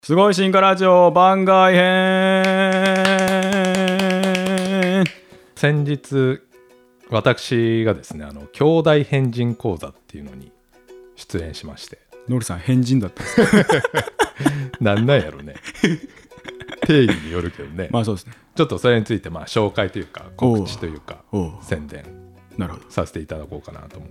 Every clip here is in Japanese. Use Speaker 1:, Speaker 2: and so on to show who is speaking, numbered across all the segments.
Speaker 1: すごい進化ラジオ番外編。
Speaker 2: 先日私がですね兄弟変人講座っていうのに出演しまして。
Speaker 1: ノリさん変人だったんですか？
Speaker 2: なんやろね定義によるけどね。
Speaker 1: まあそうですね。
Speaker 2: ちょっとそれについて紹介というか告知というか宣伝させていただこうかなと思って。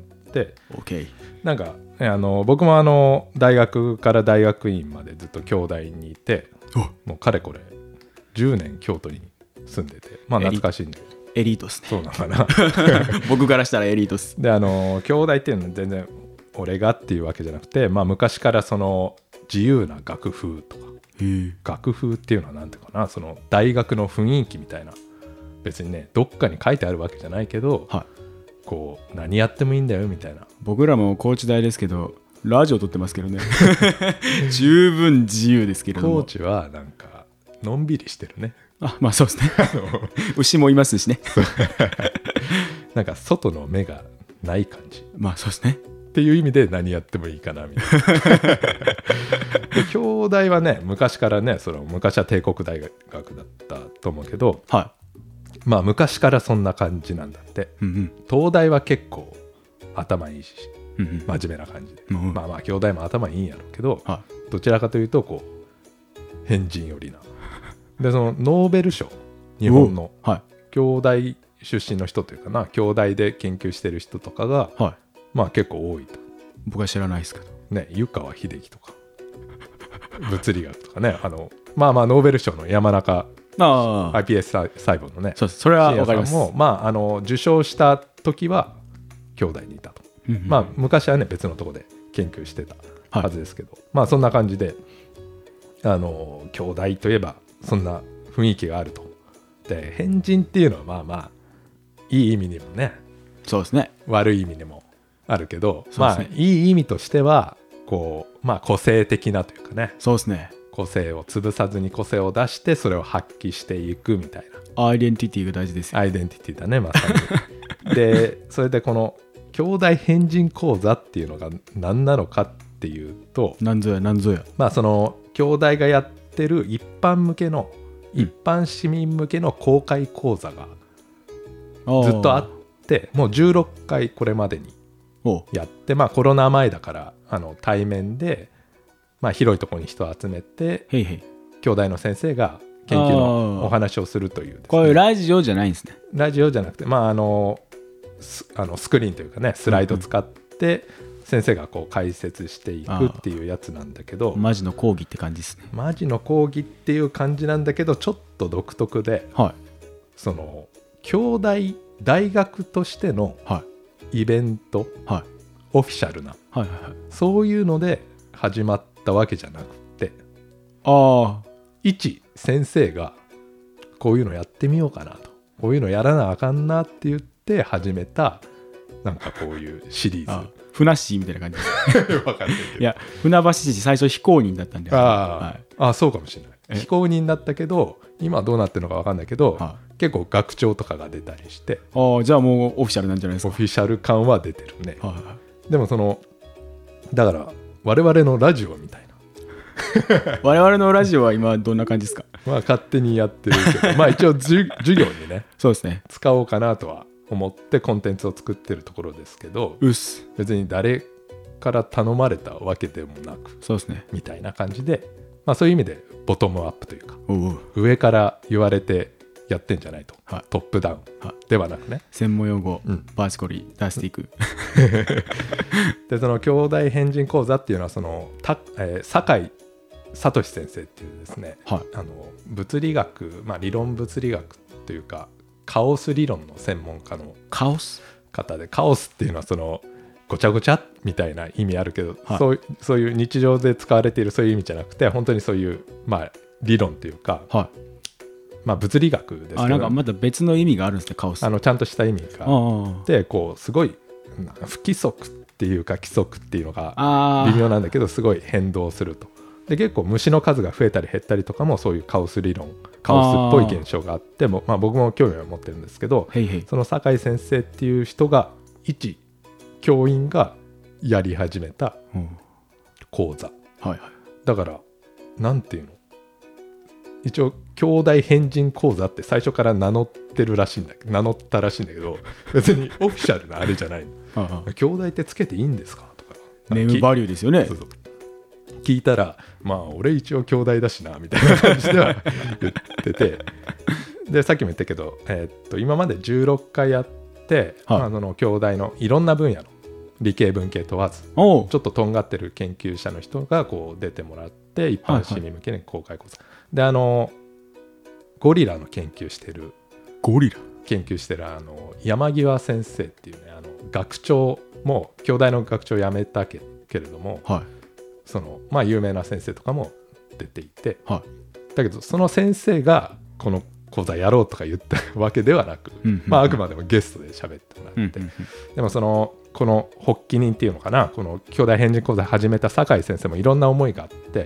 Speaker 1: OK。
Speaker 2: なんか僕も大学から大学院までずっと京大にいて、もうかれこれ10年京都に住んでて、まあ懐かしいんで
Speaker 1: エリートですね。
Speaker 2: そうなのかな
Speaker 1: 僕からしたらエリートです。
Speaker 2: で京大っていうのは全然俺がっていうわけじゃなくて、まあ昔からその自由な学風とか、学風っていうのはなんていうかな、その大学の雰囲気みたいな、別にねどっかに書いてあるわけじゃないけど、はい、こう何やってもいいんだよみたいな。
Speaker 1: 僕らも高知大ですけどラジオ撮ってますけどね十分自由ですけれども。
Speaker 2: 高知はなんかのんびりしてるね。
Speaker 1: あ、まあそうですね牛もいますしね
Speaker 2: なんか外の目がない感じ。
Speaker 1: まあそうですね
Speaker 2: っていう意味で何やってもいいかなみたいなで京大はね昔からね、昔は帝国大学だったと思うけど、はい、まあ昔からそんな感じなんだって、東大は結構頭いいし、真面目な感じで、まあ京大も頭いいんやろうけど、どちらかというとこう変人寄りなで、そのノーベル賞、日本の京大出身の人というかな、京大で研究してる人とかが、まあ結構多いと。
Speaker 1: 僕は知らないですけど
Speaker 2: ね、湯川秀樹とか物理学とかね、まあノーベル賞の山中 iPS 細胞のね、
Speaker 1: それは分かります。
Speaker 2: も受賞した時は京大にいたと、まあ昔はね別のところで研究してたはずですけど、まあそんな感じで京大といえばそんな雰囲気があると。で変人っていうのはまあいい意味にもね、
Speaker 1: そうですね、
Speaker 2: 悪い意味にもあるけど、まあいい意味としてはこう個性的なというかね、
Speaker 1: そうですね、
Speaker 2: 個性を潰さずに個性を出してそれを発揮していくみたいな。
Speaker 1: アイデンティティが大事ですよ。
Speaker 2: アイデンティティだね、まさにでそれでこの兄弟変人講座っていうのが何なのかっていうと、
Speaker 1: なんぞや
Speaker 2: まあその兄弟がやってる一般市民向けの公開講座がずっとあって、もう16回これまでにやって、まあコロナ前だから対面で、まあ、広いところに人を集めて兄弟の先生が研究のお話をするというですね、
Speaker 1: こういうラジオじゃないんですね。
Speaker 2: ラジオじゃなくて、まあスクリーンというかね、スライド使って先生がこう解説していくっていうやつなんだけど、
Speaker 1: マジの講義って感じですね。
Speaker 2: マジの講義っていう感じなんだけど、ちょっと独特で、その兄弟大学としてのイベント、オフィシャルな、そういうので始まったわけじゃなくて、一先生がこういうのやってみようかなと、こういうのやらなあかんなって言って始めた、なんかこういうシリーズ。
Speaker 1: ふなっしーみたいな感じです
Speaker 2: 分かんないけど、
Speaker 1: いや船橋市最初非公認だったんで、
Speaker 2: そうかもしれない。非公認だったけど今はどうなってるのか分かんないけど、結構学長とかが出たりして、
Speaker 1: じゃあもうオフィシャルなんじゃないですか。
Speaker 2: オフィシャル感は出てるね、でもだから我々のラジオみたいな
Speaker 1: 我々のラジオは今どんな感じですか？
Speaker 2: まあ勝手にやってるけどまあ一応授業にね
Speaker 1: そうですね、
Speaker 2: 使おうかなとは思ってコンテンツを作ってるところですけど、別に誰から頼まれたわけでもなく、
Speaker 1: そうですね、
Speaker 2: みたいな感じで、まあそういう意味でボトムアップというか、上から言われてやってんじゃないと、トップダウンではなくね、
Speaker 1: 専門用語、バーチコリ出していく
Speaker 2: でその兄弟変人講座っていうのは酒井聡先生っていうですね、物理学、理論物理学というかカオス理論の専門家の方で、カオスっていうのはそのごちゃごちゃみたいな意味あるけど、そういう日常で使われているそういう意味じゃなくて、本当にそういう、理論というか、物理学ですけど、
Speaker 1: なんかまた別の意味があるんですね、カオス。
Speaker 2: ちゃんとした意味がで、こうすごい不規則っていうか規則っていうのが微妙なんだけど、すごい変動すると。で結構虫の数が増えたり減ったりとかもそういうカオス理論、カオスっぽい現象があっても、僕も興味を持ってるんですけど、その酒井先生っていう人が一教員がやり始めた講座、だからなんていうの、一応兄弟変人講座って最初から名乗ったらしいんだけど、別にオフィシャルなあれじゃないの。兄弟ってつけていいんですかとか、
Speaker 1: ネームバリューですよね。
Speaker 2: そう聞いたら、まあ俺一応兄弟だしなみたいな感じでは言っててでさっきも言ったけど、今まで16回やって、兄弟のいろんな分野の理系文系問わずちょっととんがってる研究者の人がこう出てもらって一般市民向けに公開講座、でゴリラの研究してる山際先生っていうね、学長も兄弟の学長辞めたけれども、そのまあ有名な先生とかも出ていて、だけどその先生がこの講座やろうとか言ったわけではなく、まああくまでもゲストで喋ってもらって、でもこの発起人っていうのかな、この兄弟変人講座始めた酒井先生もいろんな思いがあって、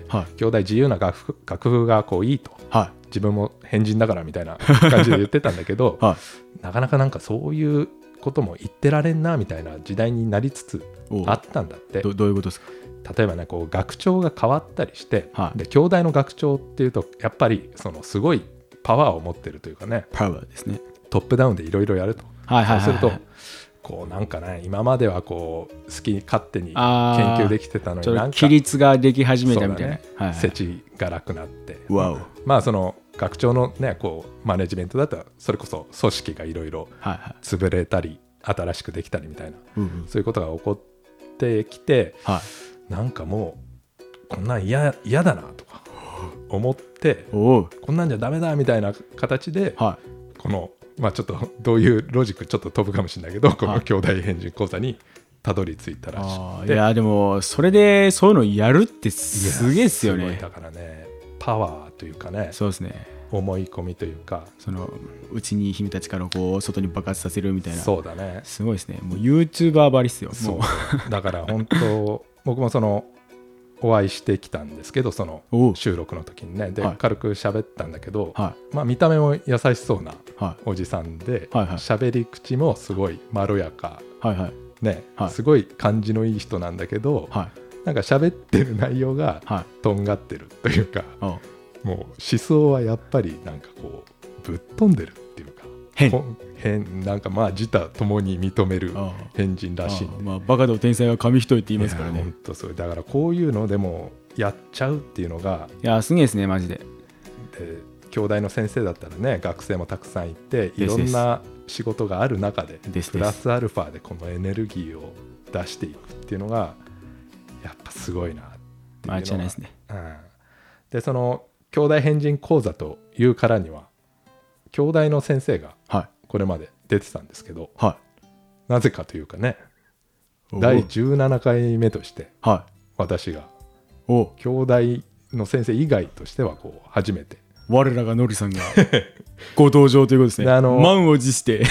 Speaker 2: 兄弟自由な楽譜がこういいと、自分も変人だからみたいな感じで言ってたんだけど、なかなかなんかそういうことも言ってられんなみたいな時代になりつつあったんだって。
Speaker 1: どういうことですか？
Speaker 2: 例えばね、こう学長が変わったりして、で兄弟の学長っていうとやっぱりそのすごいパワーを持ってるというかね、
Speaker 1: パワーですね。
Speaker 2: トップダウンでいろいろやると、そうするとこうなんかね、今まではこう好き勝手に研究できてたのに、なんか
Speaker 1: 規律ができ始めたみたいな、
Speaker 2: 世知がなくなって、まあその学長のねこうマネジメントだったらそれこそ組織がいろいろ潰れたり新しくできたりみたいな、そういうことが起こってきて、なんかもうこんなん嫌だなとか思って、こんなんじゃダメだみたいな形で、このまあちょっとどういうロジックちょっと飛ぶかもしれないけど、この兄弟変人講座にたどり着いたらしくて、
Speaker 1: いやでもそれでそういうのやるってすげえっすよね。
Speaker 2: すごいだからね、パワーというかね、
Speaker 1: そうですね、
Speaker 2: 思い込みというか、
Speaker 1: そのうちに秘めた力をこう外に爆発させるみたいな。
Speaker 2: そうだね、
Speaker 1: すごいですね。もう YouTuber ばりっすよ。
Speaker 2: そうだから本当僕もそのお会いしてきたんですけど、その収録の時にね、で軽く喋ったんだけど、まあ見た目も優しそうなおじさんで、喋り口もすごいまろやか、ね、すごい感じのいい人なんだけど、なんか喋ってる内容がとんがってるというか、もう思想はやっぱりなんかこうぶっ飛んでるっていうか、変なんかまあ自他ともに認める変人らしい。
Speaker 1: まあバカと天才は紙一重って言いますからね。
Speaker 2: 本当そう。だからこういうのでもやっちゃうっていうのが、
Speaker 1: いやすげえですねマジで。
Speaker 2: で兄弟の先生だったらね、学生もたくさんいていろんな仕事がある中でプラスアルファでこのエネルギーを出していくっていうのがやっぱすごいなっていうのは。
Speaker 1: 間違いないですね。
Speaker 2: でその兄弟変人講座というからには兄弟の先生がこれまで出てたんですけど、なぜかというかね、第17回目として、私が兄弟の先生以外としてはこう初めて、
Speaker 1: 我らがのりさんがご登場ということですね。満を持して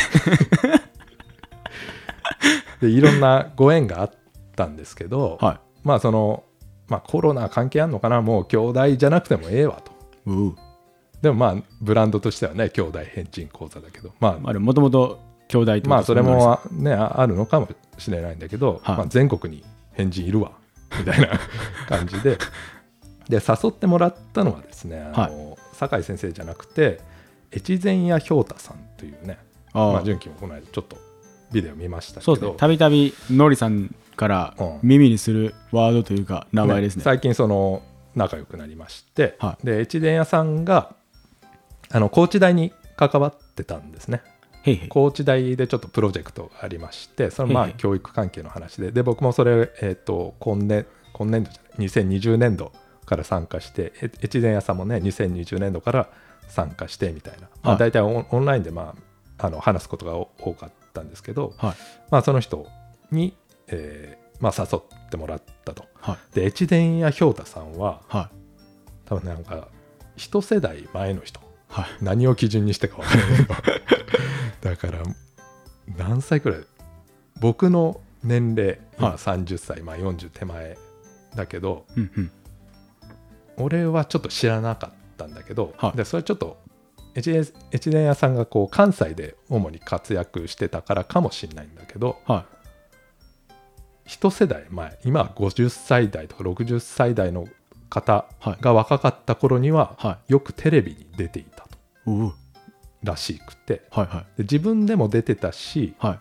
Speaker 2: でいろんなご縁があったんですけど、まあその、まあ、コロナ関係あるのかな、もう兄弟じゃなくてもええわと。でもまあブランドとしてはね、兄弟変人講座だけど、まあ
Speaker 1: もともと兄弟と、
Speaker 2: まあそれもねあるのかもしれないんだけど、まあ、全国に変人いるわみたいな感じでで誘ってもらったのはですね、酒井先生じゃなくて越前屋氷太さんというね、まあ純喜もこの間ちょっとビデオ見ましたけど、
Speaker 1: そうですね、たびたびのりさんから耳にするワードというか名前ですね。
Speaker 2: 最近その仲良くなりまして、で越前屋さんが高知大に関わってたんですね。高知大でちょっとプロジェクトがありまして、そのまあ教育関係の話で、僕もそれ、今年度じゃない2020年度から参加して、越前屋さんもね2020年度から参加してみたいな、まあ、大体オンラインで、まあ、話すことが多かったんですけど、まあ、その人に、まあ、誘ってもらったと。で越前屋氷太さんは、多分なんか一世代前の人、何を基準にしてか分からないけどだから何歳くらい、僕の年齢今30歳、まあ、40手前だけど、俺はちょっと知らなかったんだけど、でそれちょっと越前屋さんがこう関西で主に活躍してたからかもしれないんだけど、一世代前、今は50歳代とか60歳代の方が若かった頃には、
Speaker 1: は
Speaker 2: よくテレビに出ていたと、
Speaker 1: い、
Speaker 2: らしくて、
Speaker 1: はいはい
Speaker 2: で自分でも出てたし、
Speaker 1: はい、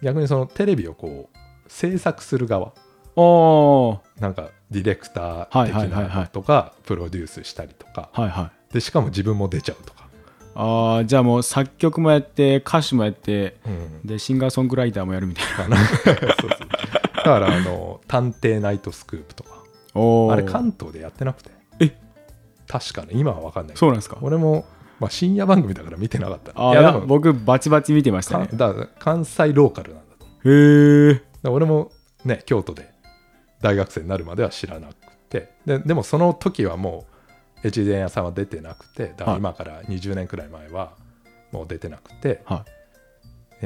Speaker 2: 逆にそのテレビをこう制作する側、なんかディレクター的なのとかプロデュースしたりとか、
Speaker 1: はいはい、
Speaker 2: でしかも自分も出ちゃうとか、
Speaker 1: じゃあもう作曲もやって歌手もやって、
Speaker 2: うん、
Speaker 1: でシンガーソングライターもやるみたいな
Speaker 2: そうそうだから探偵ナイトスクープとか、あれ関東でやってなくて、確かね、今は分かんない。
Speaker 1: そうなんですか。
Speaker 2: 俺も、まあ、深夜番組だから見てなかった。
Speaker 1: いやでも僕バチバチ見てましたね。
Speaker 2: だから関西ローカルなんだと。
Speaker 1: へえ。
Speaker 2: 俺もね、京都で大学生になるまでは知らなくて、でもその時はもう越前屋さんは出てなくて、だから今から20年くらい前はもう出てなくて、
Speaker 1: はい、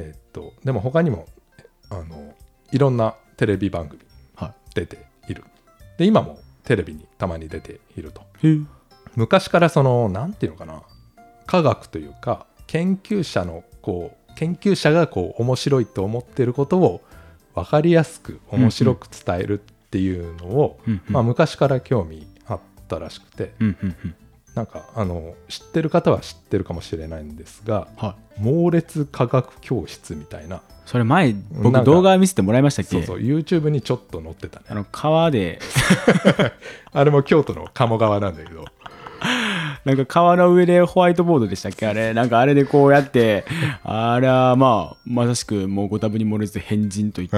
Speaker 2: でも他にもいろんなテレビ番組出ている、で今もテレビにたまに出ていると。昔からそのなんていうのかな、科学というか研究者がこう面白いと思っていることを分かりやすく面白く伝えるっていうのを、まあ、昔から興味あったらしくて、なんか知ってる方は知ってるかもしれないんですが、猛烈科学教室みたいな、
Speaker 1: それ前僕動画見せてもらいましたっけ。
Speaker 2: そう YouTube にちょっと載ってたね。
Speaker 1: 川で
Speaker 2: あれも京都の鴨川なんだけど
Speaker 1: なんか川の上でホワイトボードでしたっけ、あれなんかあれでこうやってあれはまさしくもうご多分に漏れず変人といった、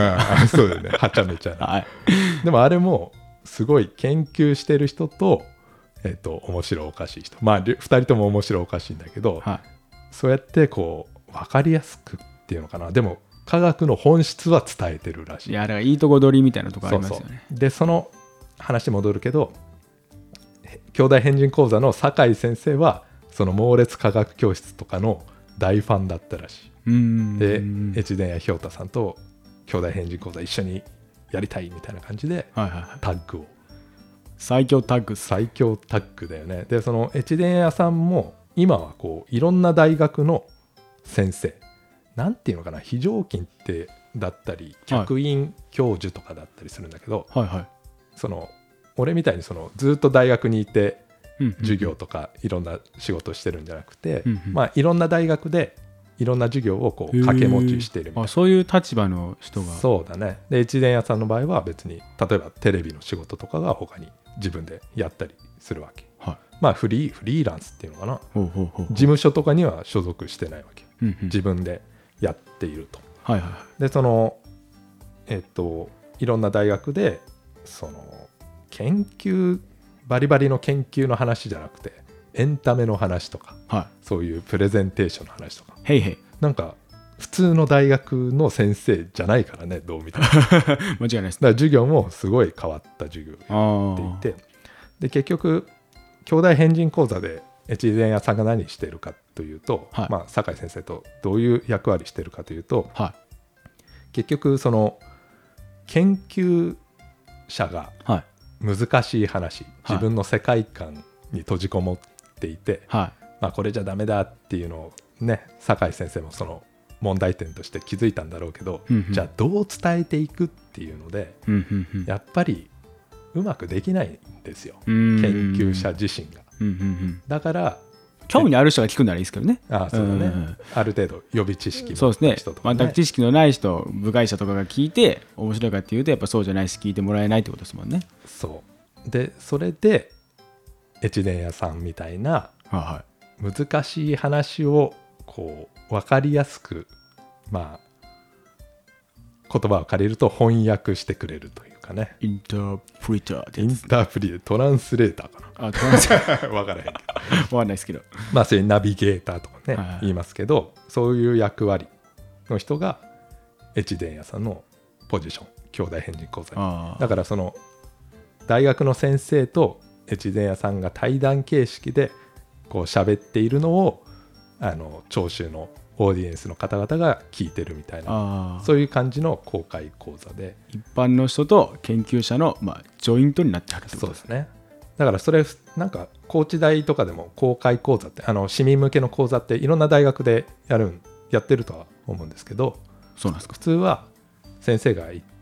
Speaker 2: そうだよね、はちゃめちゃな、
Speaker 1: はい、
Speaker 2: でもあれもすごい研究してる人と面白おかしい人、まあ2人とも面白おかしいんだけど、はい、そうやってこう分かりやすくっていうのかな、でも科学の本質は伝えてるらしい。
Speaker 1: いやだからいいとこ取りみたいなとこありますよね。
Speaker 2: そうでその話戻るけど、兄弟変人講座の酒井先生はその猛烈科学教室とかの大ファンだったらしい。で越前屋ひょうたさんと兄弟変人講座一緒にやりたいみたいな感じで、タッグを、
Speaker 1: 最強タッ
Speaker 2: グだよね。でその越前屋さんも今はこういろんな大学の先生、なんていうのかな、非常勤ってだったり客員教授とかだったりするんだけど、その俺みたいにそのずっと大学にいて授業とかいろんな仕事をしてるんじゃなくて、まあいろんな大学でいろんな授業をこう掛け持ちしているみたいな、
Speaker 1: そういう立場の人が。
Speaker 2: そうだね。で越前屋さんの場合は別に例えばテレビの仕事とかが他に自分でやったりするわけ、まあフリーランスっていうのかな、事務所とかには所属してないわけ、自分でやっていると。でそのいろんな大学でその研究バリバリの研究の話じゃなくてエンタメの話とか、そういうプレゼンテーションの話とか、なんか普通の大学の先生じゃないからね、どう見ても
Speaker 1: 間違いないです。
Speaker 2: だから授業もすごい変わった授業をやっていて、で結局兄弟変人講座で越前屋さんが何してるかというと、まあ、酒井先生とどういう役割してるかというと、結局その研究者が難しい話、自分の世界観に閉じこもっていて、まあ、これじゃダメだっていうのをね、酒井先生もその問題点として気づいたんだろうけど、じゃあどう伝えていくっていうので、やっぱりうまくできないんですよ、研究者自身が。だから
Speaker 1: 興味のある人が聞くならいいですけどね。
Speaker 2: そうだね、ある程度予備知識の
Speaker 1: 人とか、ね、
Speaker 2: そうですね、
Speaker 1: 全く知識のない人、部外者とかが聞いて面白いかっていうとやっぱそうじゃないし聞いてもらえないってことですもんね。
Speaker 2: そうでそれで越前屋さんみたいな難しい話をこう分かりやすく、まあ言葉を借りると翻訳してくれるというかね。
Speaker 1: インタープリター、
Speaker 2: インタープリトランスレーターかな。
Speaker 1: トランスレーター
Speaker 2: 分からへんけど
Speaker 1: 分かんないですけど、
Speaker 2: まあそういうナビゲーターとかね、言いますけど、そういう役割の人が越前屋さんのポジション、兄弟変人講座に。だからその大学の先生と越前屋さんが対談形式でこう喋っているのを聴衆のオーディエンスの方々が聞いてるみたいな、そういう感じの公開講座で、
Speaker 1: 一般の人と研究者の、ジョイントになってあるってことですね。
Speaker 2: そうですね。だからそれなんか高知大とかでも公開講座って市民向けの講座っていろんな大学でやってるとは思うんですけど、
Speaker 1: そうなんですか。
Speaker 2: 普通は先生が行って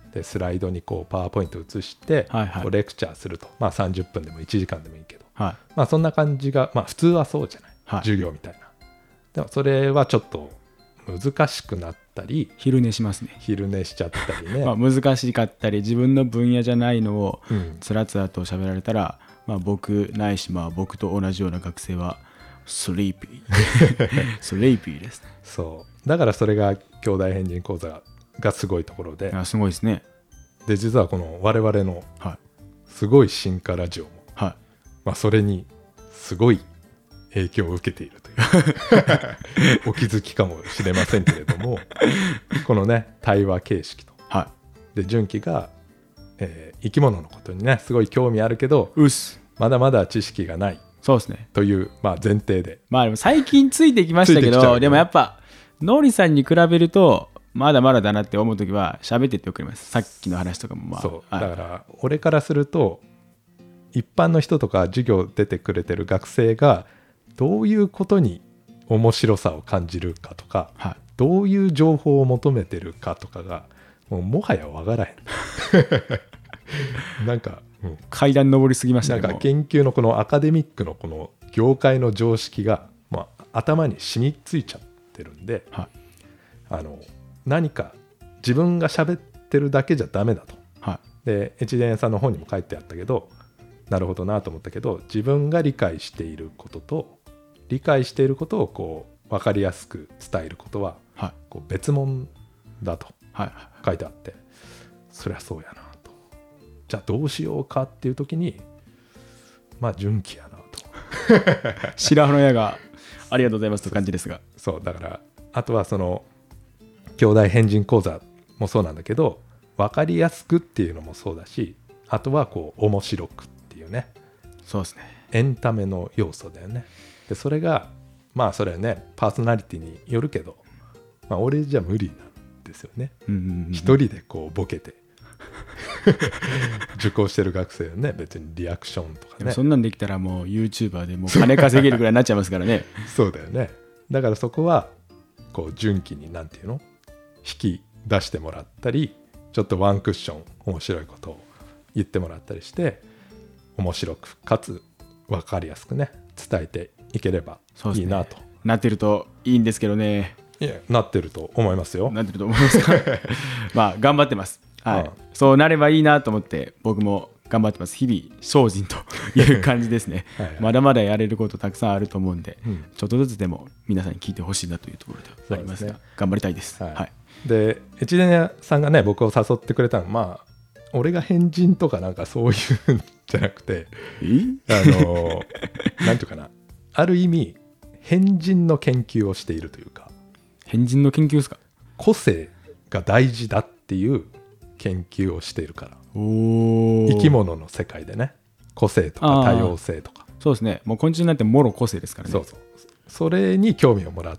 Speaker 2: でスライドにこうパワーポイント移して、
Speaker 1: はいはい、
Speaker 2: こうレクチャーすると、まあ、30分でも1時間でもいいけど、
Speaker 1: はい、
Speaker 2: まあ、そんな感じが、まあ、普通はそうじゃない、はい、授業みたいな。でもそれはちょっと難しくなったり、
Speaker 1: 昼寝しますね。
Speaker 2: 昼寝しちゃったりね
Speaker 1: まあ難しかったり、自分の分野じゃないのをつらつらと喋られたら、まあ、僕ないし、まあ僕と同じような学生はスリーピースリーピーですね。
Speaker 2: そうだからそれが兄弟変人講座がすごいところで、
Speaker 1: すごいですね。
Speaker 2: で実はこの我々のすごい進化ラジオも、はい、まあ、それにすごい影響を受けているというお気づきかもしれませんけれどもこのね対話形式と、はい、で純喜が、生き物のことにねすごい興味あるけどまだまだ知識がない
Speaker 1: そうですね
Speaker 2: という、まあ、前提で、
Speaker 1: まあでも最近ついてきましたけどでもやっぱノリさんに比べるとまだまだだなって思うときは喋ってっておくれます。さっきの話とかも、まあ、
Speaker 2: そうだから俺からすると一般の人とか授業出てくれてる学生がどういうことに面白さを感じるかとか、はい、どういう情報を求めてるかとかが もはやわからへんなんか、
Speaker 1: 階段登りすぎましたね。
Speaker 2: なんか研究のこのアカデミックのこの業界の常識が、まあ、頭に染みついちゃってるんで、はい、何か自分が喋ってるだけじゃダメだと、はい、で越前さんの本にも書いてあったけどなるほどなと思ったけど自分が理解していることと理解していることをこう分かりやすく伝えることは、はい、こう別物だと書いてあって、はい、そりゃそうやなと。じゃあどうしようかっていう時にまあ純喜やなと
Speaker 1: 白羽の矢がありがとうございますという感じですが、
Speaker 2: そうだからあとはその兄弟変人講座もそうなんだけど分かりやすくっていうのもそうだし、あとはこう面白くっていうね、
Speaker 1: そうですね、
Speaker 2: エンタメの要素だよね。でそれがまあそれはねパーソナリティによるけど、まあ、俺じゃ無理なんですよね、一人でこうボケて受講してる学生はね別にリアクションとかね、
Speaker 1: でもそんなんできたらもう YouTuber でもう金稼げるぐらいになっちゃいますからね
Speaker 2: そうだよね。だからそこはこう純喜になんていうの引き出してもらったり、ちょっとワンクッション面白いことを言ってもらったりして面白くかつ分かりやすくね伝えていければいいなと、
Speaker 1: なってるといいんですけどね。
Speaker 2: いやなってると思いますよ。
Speaker 1: なってると思いますかまあ頑張ってます、はい、そうなればいいなと思って僕も頑張ってます。日々精進という感じですねはい、はい、まだまだやれることたくさんあると思うんで、ちょっとずつでも皆さんに聞いてほしいなというところでありますが、頑張りたいです、はいはい、で
Speaker 2: 越前さんがね僕を誘ってくれたのはまあ俺が変人とかなんかそういうんじゃなくてなんていうかな、ある意味変人の研究をしているというか。
Speaker 1: 変人の研究ですか。
Speaker 2: 個性が大事だっていう研究をしているから。生き物の世界でね個性とか多様性とか、
Speaker 1: そうですね、もう昆虫なんてもろ個性ですからね。
Speaker 2: そうそう、それに興味をもらって、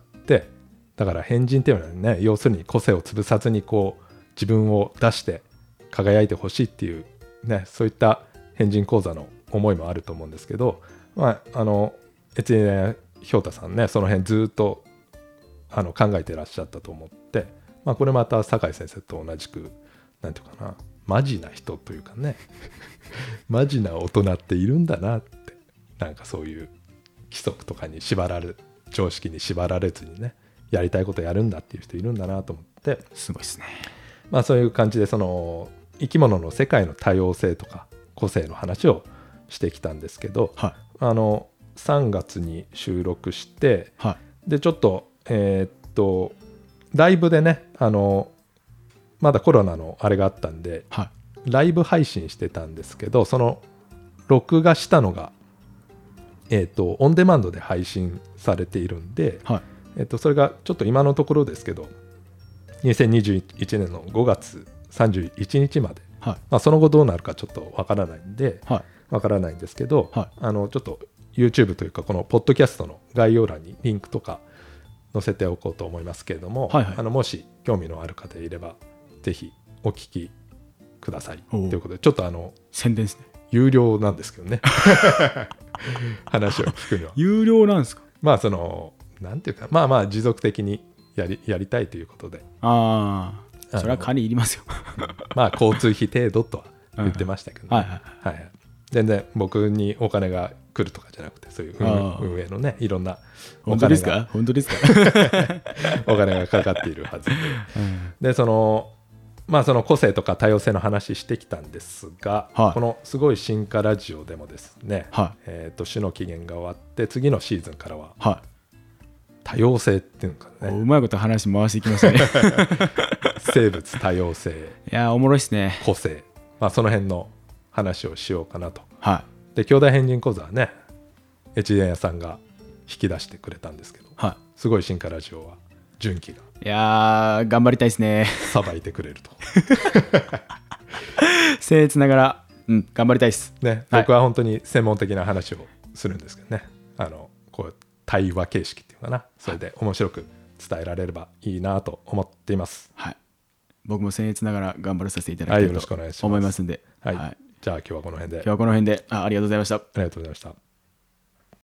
Speaker 2: だから変人っていうのはね要するに個性を潰さずにこう自分を出して輝いてほしいっていうね、そういった変人講座の思いもあると思うんですけど、まあ越前ひょうたさんねその辺ずっと考えてらっしゃったと思って、まあ、これまた酒井先生と同じくなんていうかなマジな人というかねマジな大人っているんだなって、なんかそういう規則とかに縛られ常識に縛られずにねやりたいことやるんだっていう人いるんだなと思って、
Speaker 1: すごいですね。
Speaker 2: まあそういう感じでその生き物の世界の多様性とか個性の話をしてきたんですけど、はい、3月に収録して、はい、でちょっとライブでねまだコロナのあれがあったんで、はい、ライブ配信してたんですけど、その録画したのがオンデマンドで配信されているんで、はい、それがちょっと今のところですけど2021年の5月31日まで、はい、まあ、その後どうなるかちょっとわからないんで、はい、わからないんですけど、はい、ちょっと YouTube というかこのポッドキャストの概要欄にリンクとか載せておこうと思いますけれども、はいはい、もし興味のある方いればぜひお聞きくださいということで、ちょっと
Speaker 1: 宣伝ですね。
Speaker 2: 有料なんですけどね話を聞くのは
Speaker 1: 有料なんですか。
Speaker 2: まあなんていうかまあ持続的にやりたいということで、
Speaker 1: それは金いりますよ
Speaker 2: まあ交通費程度とは言ってましたけど、ね、はい、全然僕にお金が来るとかじゃなくて、そういう運営のね、いろんなお金が
Speaker 1: 本当ですか
Speaker 2: お金がかかっているはずで、その個性とか多様性の話してきたんですが、このすごい進化ラジオでもですね、種の起源が終わって次のシーズンからは、多様性っていうのかね、
Speaker 1: うまいこと話回していきましたね
Speaker 2: 生物多様性、
Speaker 1: いやおもろいっすね、
Speaker 2: 個性、その辺の話をしようかなと。で兄弟変人講座はね、越前屋さんが引き出してくれたんですけど、すごい進化ラジオは純喜が、
Speaker 1: いや頑張りたいですね、
Speaker 2: さばいてくれると
Speaker 1: 僭越ながら、頑張りたいです
Speaker 2: ね。僕は本当に専門的な話をするんですけどね、こう対話形式っていうかな、それで面白く伝えられればいいなと思っています。
Speaker 1: 僕も僭越ながら頑張らさせていただきたいと思いますんで、
Speaker 2: じゃあ今日はこの辺で。
Speaker 1: ありがとうございました。
Speaker 2: ありがとうございました。